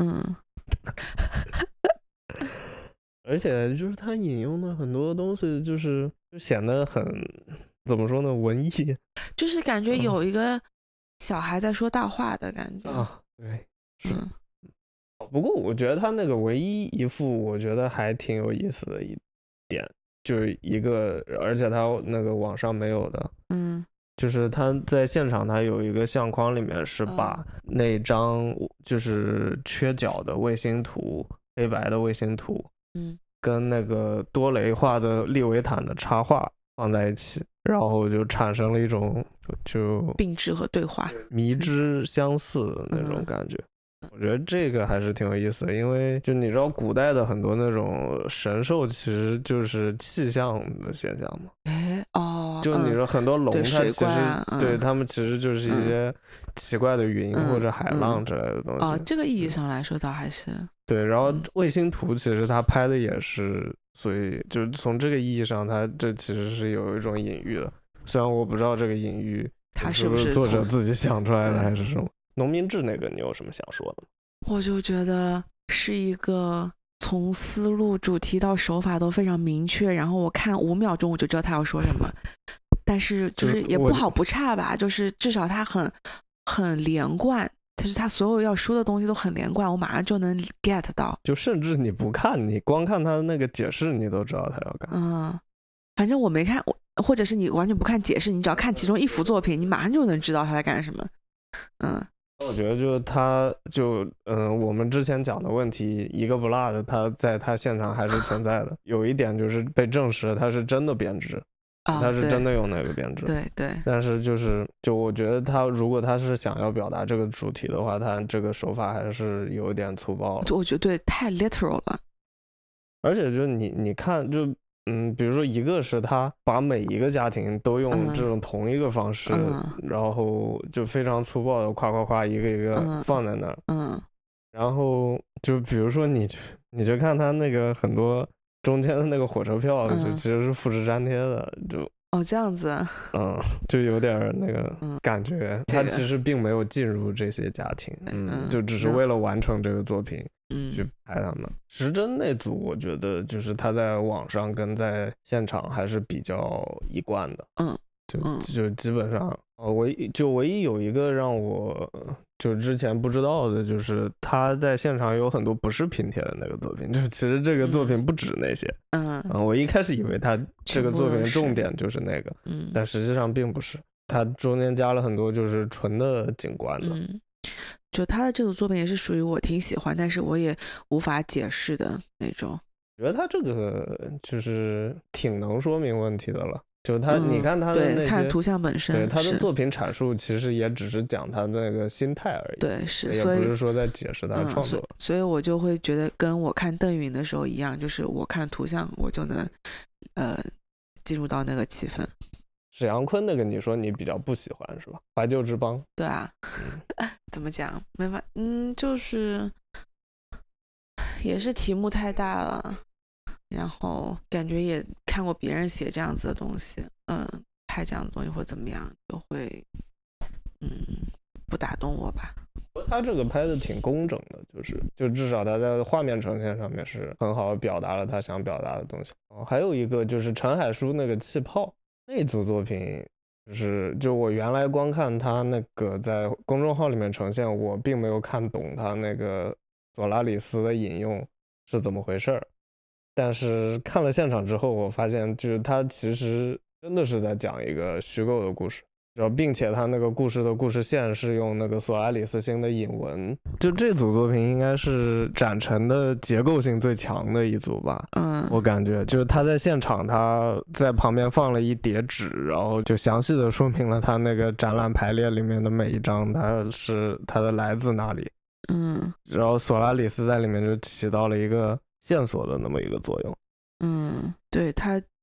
S1: 而且就是他引用的很多东西，就显得很怎么说呢，文艺，
S2: 就是感觉有一个小孩在说大话的感觉
S1: 啊。对，是。不过我觉得他那个唯一一幅我觉得还挺有意思的一点，就是一个，而且他那个网上没有的，就是他在现场他有一个相框里面是把那张就是缺角的卫星图，黑白的卫星图，跟那个多雷画的利维坦的插画放在一起，然后就产生了一种就
S2: 并置和对话
S1: 迷之相似的那种感觉。我觉得这个还是挺有意思的，因为就你知道古代的很多那种神兽其实就是气象的现象嘛。就你说很多龙它其实对它们其实就是一些奇怪的云或者海浪之类的东西。
S2: 这个意义上来说倒还是
S1: 对。然后卫星图其实它拍的也是，所以就从这个意义上它这其实是有一种隐喻的，虽然我不知道这个隐喻
S2: 他
S1: 是不是作者自己想出来的还是什么。农民志那个你有什么想说的吗？
S2: 我就觉得是一个从思路主题到手法都非常明确，然后我看5秒钟我就知道他要说什么，但是就是也不好不差吧，就是至少他很连贯，就是他所有要说的东西都很连贯，我马上就能 get 到，
S1: 就甚至你不看，你光看他的那个解释你都知道他要干。
S2: 反正我没看，或者是你完全不看解释，你只要看其中一幅作品你马上就能知道他在干什么。
S1: 我觉得就他就我们之前讲的问题一个不落的，他在他现场还是存在的。有一点就是被证实他是真的编织，他是真的用那个编织。
S2: 对。
S1: 但是就我觉得他如果他是想要表达这个主题的话，他这个手法还是有一点粗暴了。
S2: 我觉得对，太 literal 了。
S1: 而且就你看就比如说一个是他把每一个家庭都用这种同一个方式，然后就非常粗暴的夸一个一个放在那儿，然后就比如说你就看他那个很多中间的那个火车票，就其实是复制粘贴的，就
S2: 这样子，
S1: 就有点那个感觉，他其实并没有进入这些家庭，就只是为了完成这个作品。去拍他们。时珍那组我觉得就是他在网上跟在现场还是比较一贯的，就基本上唯一有一个让我就之前不知道的，就是他在现场有很多不是拼贴的那个作品，就其实这个作品不止那些，我一开始以为他这个作品的重点就是那个，但实际上并不是，他中间加了很多就是纯的景观的。
S2: 就他的这个作品也是属于我挺喜欢，但是我也无法解释的那种。
S1: 我觉得他这个就是挺能说明问题的了。就他，你看他的那些，
S2: 看图像本身，
S1: 对他的作品阐述，其实也只是讲他那个心态而已。
S2: 对，是，
S1: 也不是说在解释他的创作。
S2: 所以我就会觉得跟我看邓云的时候一样，就是我看图像，我就能进入到那个气氛。
S1: 史阳坤那个你说你比较不喜欢是吧？怀旧之邦。
S2: 对啊，怎么讲？没法，就是也是题目太大了，然后感觉也看过别人写这样子的东西，拍这样的东西或怎么样，就会不打动我吧。
S1: 他这个拍的挺工整的，就至少他在画面呈现上面是很好的表达了他想表达的东西。还有一个就是陈海书那个气泡那组作品，就我原来光看他那个在公众号里面呈现，我并没有看懂他那个索拉里斯的引用是怎么回事，但是看了现场之后，我发现就是他其实真的是在讲一个虚构的故事，然后并且他那个故事的故事线是用那个索拉里斯星的引文，就这组作品应该是展陈的结构性最强的一组吧。我感觉就是他在现场，他在旁边放了一叠纸，然后就详细的说明了他那个展览排列里面的每一张它的来自哪里。然后索拉里斯在里面就起到了一个线索的那么一个作用。
S2: 对，他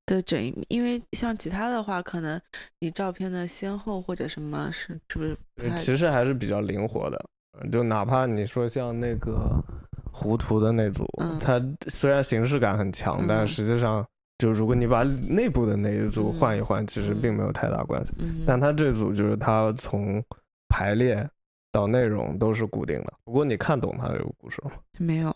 S2: 的整一，因为像其他的话，可能你照片的先后或者什么是不是不太？
S1: 其实还是比较灵活的，就哪怕你说像那个糊涂的那组，它虽然形式感很强，但实际上就如果你把内部的那一组换一换，其实并没有太大关系。但它这组就是它从排列到内容都是固定的。不过你看懂它这个故事了吗？
S2: 没有。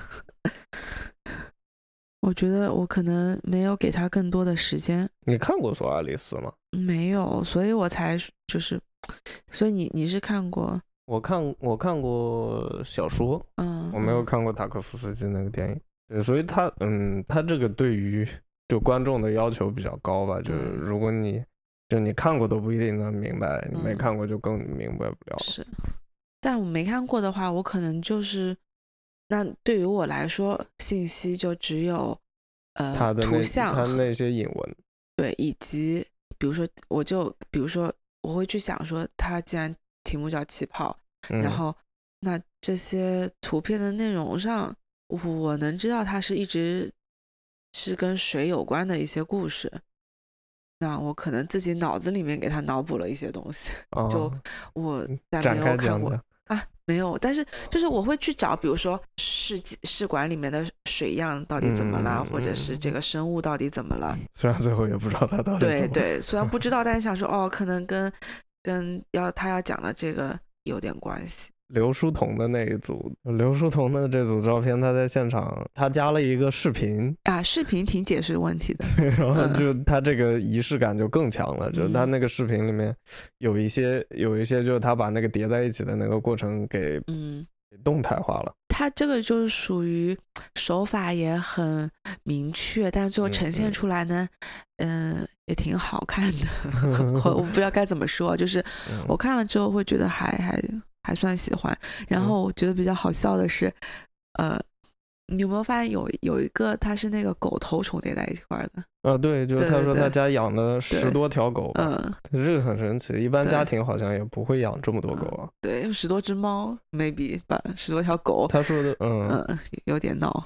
S2: 我觉得我可能没有给他更多的时间。
S1: 你看过索亚里斯吗？
S2: 没有，所以我才就是，所以你是看过？
S1: 我看过小说，我没有看过塔可夫斯基那个电影。对，所以他这个对于就观众的要求比较高吧，就是如果你看过都不一定能明白，你没看过就更明白不了。
S2: 是，但我没看过的话，我可能就是。那对于我来说，信息就只有
S1: 他的
S2: 图像，
S1: 他那些引文，
S2: 对，以及比如说我会去想说，他既然题目叫气泡，然后那这些图片的内容上，我能知道它是一直是跟水有关的一些故事，那我可能自己脑子里面给他脑补了一些东西，就我在没有看过。啊，没有，但是就是我会去找，比如说试管里面的水样到底怎么了，或者是这个生物到底怎么了。
S1: 虽然最后也不知道它到底怎么了。
S2: 对，虽然不知道，但是想说可能跟他要讲的这个有点关系。
S1: 刘书彤的那一组，刘书彤的这组照片，他在现场他加了一个视频
S2: 啊，视频挺解释问题的。
S1: 然后就他这个仪式感就更强了，就是他那个视频里面有一些就是他把那个叠在一起的那个过程给动态化了。
S2: 他这个就是属于手法也很明确，但最后呈现出来呢，也挺好看的。我不知道该怎么说，就是我看了之后会觉得还算喜欢。然后我觉得比较好笑的是，你有没有发现有一个它是那个狗头重叠在一块的？
S1: 对，就是他说他家养了10多条狗，这个很神奇，一般家庭好像也不会养这么多狗啊。
S2: 对，10多只猫 ，maybe 吧，10多条狗。
S1: 他说的，
S2: 有点闹。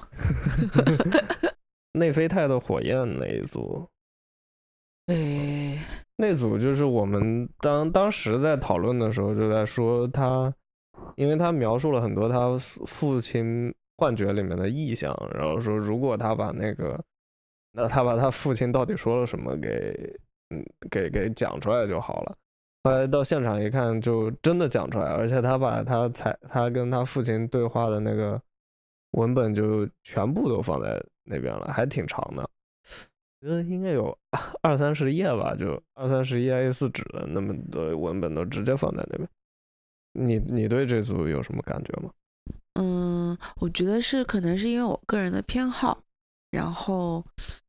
S1: 内啡肽的火焰那一组，
S2: 对，
S1: 那组就是我们当时在讨论的时候就在说他，因为他描述了很多他父亲幻觉里面的意象，然后说如果他把他父亲到底说了什么给讲出来就好了。后来到现场一看，就真的讲出来，而且他把他跟他父亲对话的那个文本就全部都放在那边了，还挺长的，觉得应该有20-30页吧，就20-30页 A4 纸的那么多文本都直接放在那边。你对这组有什么感觉吗？
S2: 我觉得可能是因为我个人的偏好，然后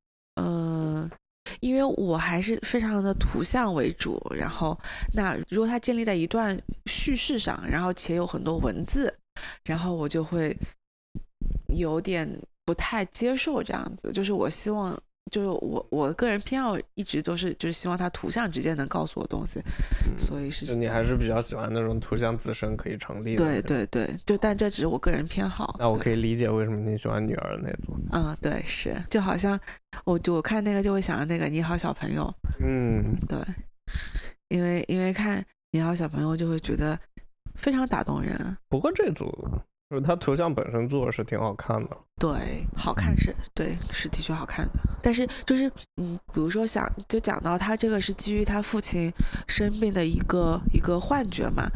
S2: 因为我还是非常的图像为主，然后那如果它建立在一段叙事上，然后且有很多文字，然后我就会有点不太接受这样子。就是我希望，就是我个人偏好一直都是就是希望它图像直接能告诉我东西，所以是
S1: 你还是比较喜欢那种图像自身可以成立的。
S2: 对，就但这只是我个人偏好。
S1: 那我可以理解为什么你喜欢女儿那组。
S2: 对，是就好像我看那个就会想到那个你好小朋友。对，因为看你好小朋友就会觉得非常打动人。
S1: 不过这组就是它图像本身做的是挺好看的。
S2: 对，好看是的确好看的。但是就是比如说就讲到他这个是基于他父亲生病的一个幻觉嘛。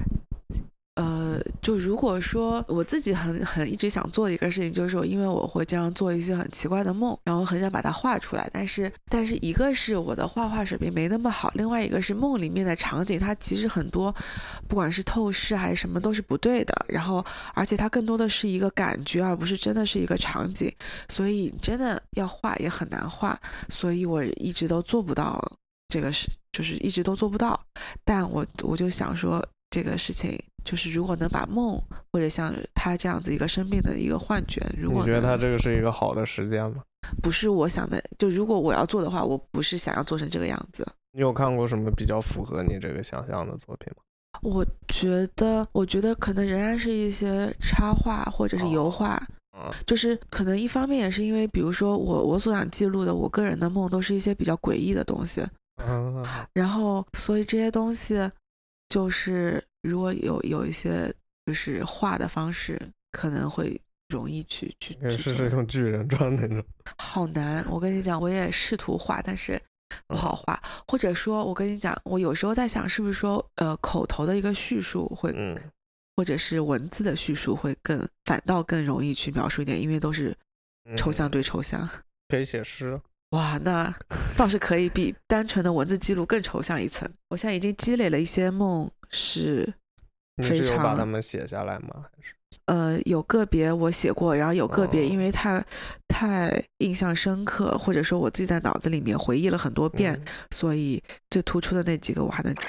S2: 就如果说我自己很一直想做的一个事情，就是说因为我会经常做一些很奇怪的梦，然后很想把它画出来，但是一个是我的画水平没那么好，另外一个是梦里面的场景它其实很多不管是透视还是什么都是不对的，然后而且它更多的是一个感觉而不是真的是一个场景，所以真的要画也很难画，所以我一直都做不到这个就是一直都做不到。但我就想说这个事情就是如果能把梦或者像他这样子一个生病的一个幻觉，如果
S1: 你觉得他这个是一个好的实践吗？
S2: 不是我想的，就如果我要做的话，我不是想要做成这个样子。
S1: 你有看过什么比较符合你这个想象的作品吗？
S2: 我觉得可能仍然是一些插画或者是油画。 就是可能一方面也是因为，比如说我所想记录的我个人的梦都是一些比较诡异的东西，然后所以这些东西就是如果有一些就是画的方式，可能会容易去
S1: 试试用巨人传那种。
S2: 好难，我跟你讲，我也试图画，但是不好画。或者说，我跟你讲，我有时候在想，是不是说口头的一个叙述会，或者是文字的叙述会反倒更容易去描述一点，因为都是抽象对抽象。
S1: 可以写诗。
S2: 哇，那倒是可以比单纯的文字记录更抽象一层。我现在已经积累了一些梦，是非常。
S1: 你是有把它们写下来吗？还是？
S2: 有个别我写过，然后有个别因为太印象深刻，或者说我自己在脑子里面回忆了很多遍，所以最突出的那几个我还能。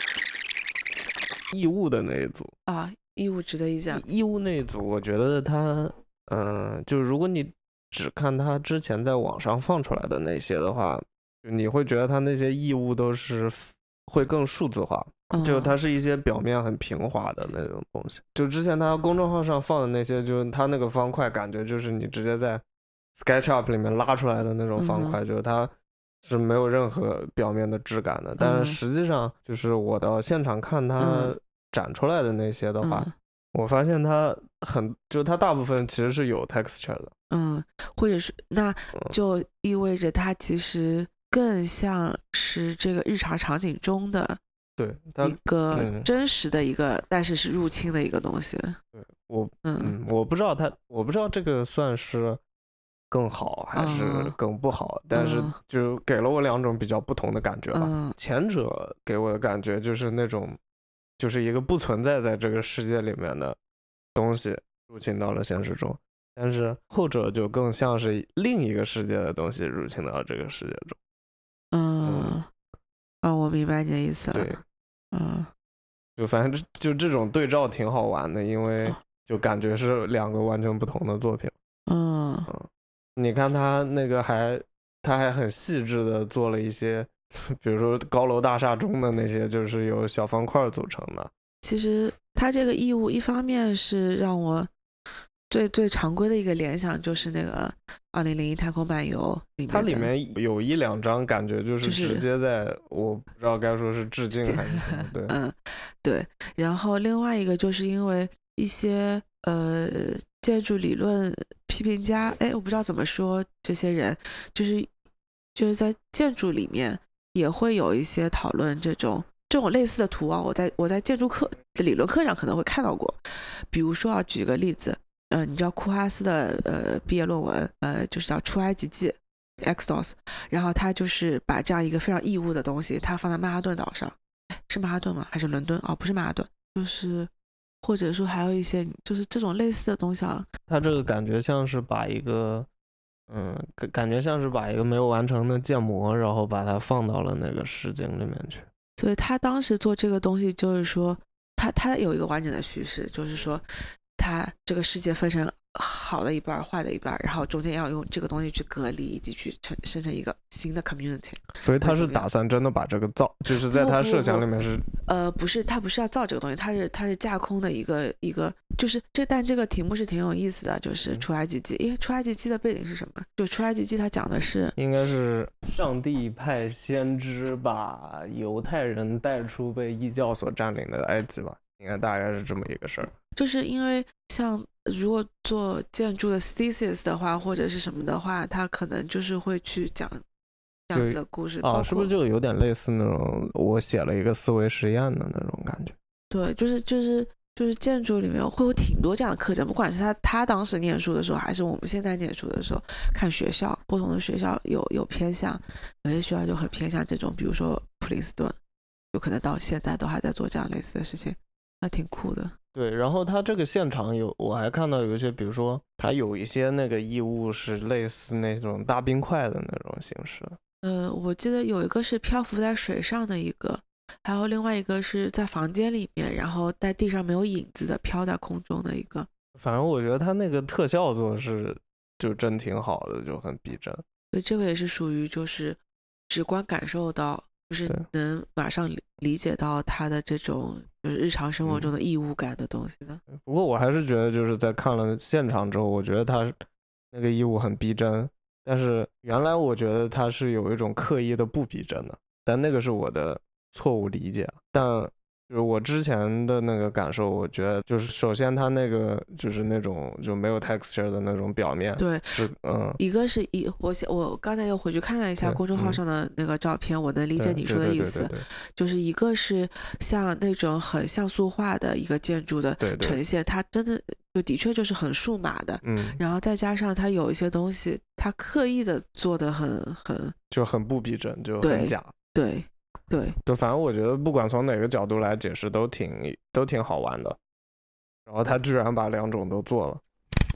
S1: 义务的那一组
S2: 啊，义务值得一讲。
S1: 义务那一组，我觉得他，就如果你只看他之前在网上放出来的那些的话，你会觉得他那些义务都是会更数字化。就它是一些表面很平滑的那种东西，就之前他公众号上放的那些，就是他那个方块感觉就是你直接在 SketchUp 里面拉出来的那种方块，就是它是没有任何表面的质感的。但是实际上就是我到现场看他展出来的那些的话，我发现它就它大部分其实是有 texture 的。
S2: 或者是那就意味着它其实更像是这个日常场景中的。
S1: 对，
S2: 一个真实的一个，但是是入侵的一个东西。
S1: 对，我不知道这个算是更好还是更不好，但是就给了我两种比较不同的感觉吧。前者给我的感觉就是那种，就是一个不存在在这个世界里面的东西入侵到了现实中，但是后者就更像是另一个世界的东西入侵到这个世界中。
S2: 我明白你的意思了。
S1: 对。就反正就这种对照挺好玩的，因为就感觉是两个完全不同的作品。你看他那个他还很细致的做了一些，比如说高楼大厦中的那些就是由小方块组成的。
S2: 其实他这个义务一方面是让我最常规的一个联想就是那个2001太空漫游里面，
S1: 它里面有一两张感觉就是直接在，我不知道该说是致敬还是什么。对，
S2: 对。然后另外一个就是因为一些建筑理论批评家，我不知道怎么说，这些人就是在建筑里面也会有一些讨论这种类似的图啊，我在建筑课的理论课上可能会看到过。比如说举个例子，你知道库哈斯的毕业论文，就是叫《出埃及记》Exodus， 然后他就是把这样一个非常异物的东西，他放在曼哈顿岛上，是曼哈顿吗？还是伦敦？不是曼哈顿，就是或者说还有一些就是这种类似的东西啊。
S1: 他这个感觉像是把一个，感觉像是把一个没有完成的建模，然后把它放到了那个实景里面去。
S2: 所以他当时做这个东西，就是说他有一个完整的叙事，就是说他这个世界分成好的一半坏的一半，然后中间要用这个东西去隔离以及去生成一个新的 community。
S1: 所以他是打算真的把这个造，就是在他设想里面是
S2: 不是，他不是要造这个东西，他是架空的一个就是但这个题目是挺有意思的，就是出埃及记。因为出埃及记的背景是什么？就出埃及记它讲的是
S1: 应该是上帝派先知把犹太人带出被异教所占领的埃及吧，应该大概是这么一个事儿。
S2: 就是因为像如果做建筑的 thesis 的话或者是什么的话，他可能就是会去讲这样子的故事
S1: 是不是就有点类似那种我写了一个思维实验的那种感觉？
S2: 对，就是建筑里面会有挺多这样的课程，不管是他当时念书的时候，还是我们现在念书的时候，看学校不同的学校有偏向，有些学校就很偏向这种，比如说普林斯顿，有可能到现在都还在做这样类似的事情，那挺酷的。
S1: 对，然后他这个现场我还看到有一些，比如说他有一些那个异物是类似那种大冰块的那种形式的。
S2: 我记得有一个是漂浮在水上的一个，还有另外一个是在房间里面，然后在地上没有影子的飘在空中的一个。
S1: 反正我觉得他那个特效做是就真挺好的，就很逼真。
S2: 所以这个也是属于就是直观感受到就是
S1: 对
S2: 能马上理解到他的这种就是日常生活中的义务感的东西的。
S1: 不过我还是觉得就是在看了现场之后，我觉得他那个义务很逼真，但是原来我觉得他是有一种刻意的不逼真的，但那个是我的错误理解。但就是我之前的那个感受，我觉得就是首先它那个就是那种就没有 texture 的那种表面，
S2: 对，
S1: 是
S2: 一个是我刚才又回去看了一下公众号上的那个照片，我能理解你说的意思，就是一个是像那种很像素化的一个建筑的呈现，它真的就的确就是很数码的，然后再加上它有一些东西，它刻意的做的
S1: 就很不逼真，就很假，
S2: 对。
S1: 就反正我觉得不管从哪个角度来解释都挺好玩的，然后他居然把两种都做了，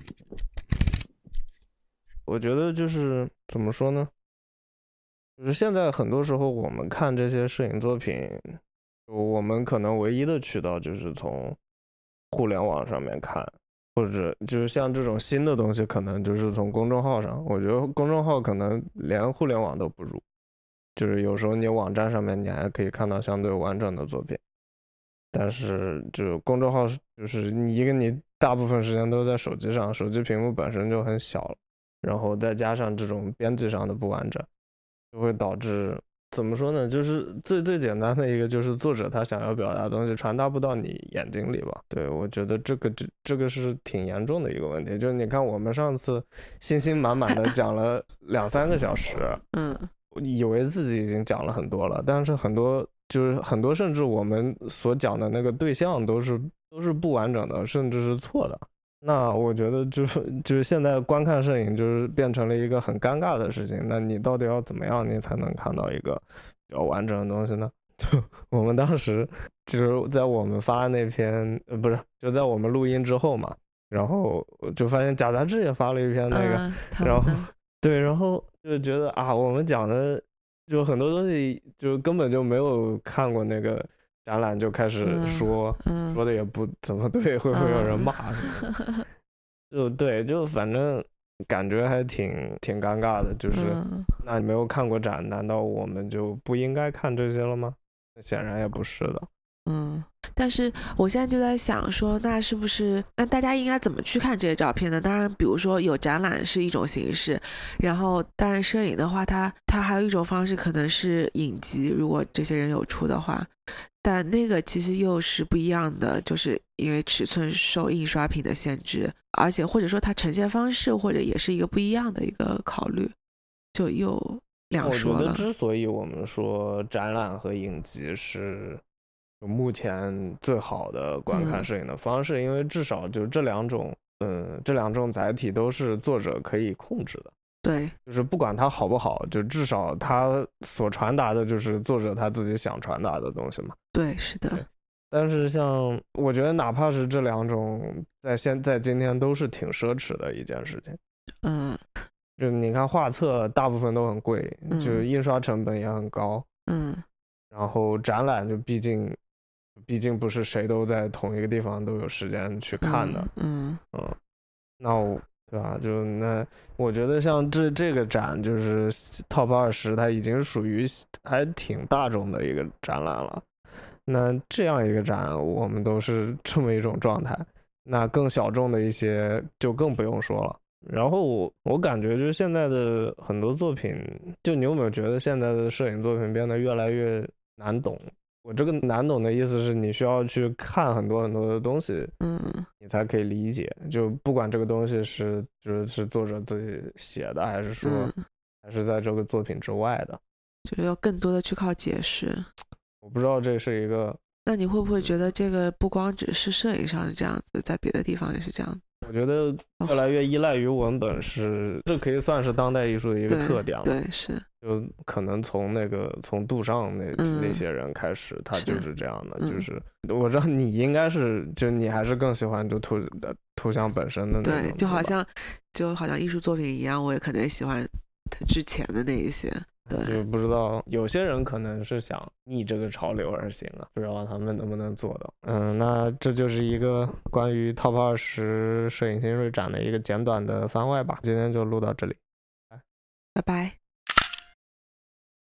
S1: 我觉得就是怎么说呢，就是现在很多时候我们看这些摄影作品，我们可能唯一的渠道就是从互联网上面看，或者就是像这种新的东西可能就是从公众号上，我觉得公众号可能连互联网都不如，就是有时候你网站上面你还可以看到相对完整的作品，但是就公众号就是你大部分时间都在手机上，手机屏幕本身就很小了，然后再加上这种编辑上的不完整，就会导致怎么说呢，就是最简单的一个就是作者他想要表达的东西传达不到你眼睛里吧。对，我觉得这个是挺严重的一个问题，就是你看我们上次信心满满的讲了2-3个小时，以为自己已经讲了很多了，但是很多甚至我们所讲的那个对象都是不完整的，甚至是错的。那我觉得就是现在观看摄影就是变成了一个很尴尬的事情，那你到底要怎么样你才能看到一个比较完整的东西呢？就我们当时就是在我们发那篇不是就在我们录音之后嘛，然后就发现假杂志也发了一篇那个，然后对，然后就觉得啊，我们讲的就很多东西就根本就没有看过那个展览就开始说，说的也不怎么对，会不会有人骂什么的？就对，就反正感觉还挺尴尬的，就是那你没有看过展，难道我们就不应该看这些了吗？显然也不是的。
S2: 但是我现在就在想说，那是不是那大家应该怎么去看这些照片呢？当然比如说有展览是一种形式，然后当然摄影的话它还有一种方式可能是影集，如果这些人有出的话，但那个其实又是不一样的，就是因为尺寸受印刷品的限制，而且或者说它呈现方式或者也是一个不一样的一个考虑，就又两说了。
S1: 我觉得之所以我们说展览和影集是目前最好的观看摄影的方式，因为至少就这两种载体都是作者可以控制的。
S2: 对，
S1: 就是不管它好不好，就至少它所传达的就是作者他自己想传达的东西嘛。
S2: 对，是的。
S1: 但是像我觉得哪怕是这两种在今天都是挺奢侈的一件事情。就你看画册大部分都很贵，就印刷成本也很高。然后展览就毕竟不是谁都在同一个地方都有时间去看的。那对吧？就那我觉得像这个展就是 Top 20，它已经属于还挺大众的一个展览了。那这样一个展，我们都是这么一种状态，那更小众的一些就更不用说了。然后我感觉就是现在的很多作品，就你有没有觉得现在的摄影作品变得越来越难懂？我这个难懂的意思是你需要去看很多很多的东西，你才可以理解。就不管这个东西是作者自己写的，还是说还是在这个作品之外的，
S2: 就是要更多的去靠解释。
S1: 我不知道这是一个。
S2: 那你会不会觉得这个不光只是摄影上是这样子，在别的地方也是这样子？
S1: 我觉得越来越依赖于文本这可以算是当代艺术的一个特点了。
S2: 对，是。
S1: 就可能从杜尚那些人开始，他就是这样的。就是我知道你应该是就你还是更喜欢就图像本身的那种。
S2: 对，就好像艺术作品一样，我也可能喜欢他之前的那一些。对，
S1: 就不知道有些人可能是想逆这个潮流而行啊，不知道他们能不能做到。那这就是一个关于 Top 20摄影新锐展的一个简短的番外吧。今天就录到这里，
S2: 拜拜。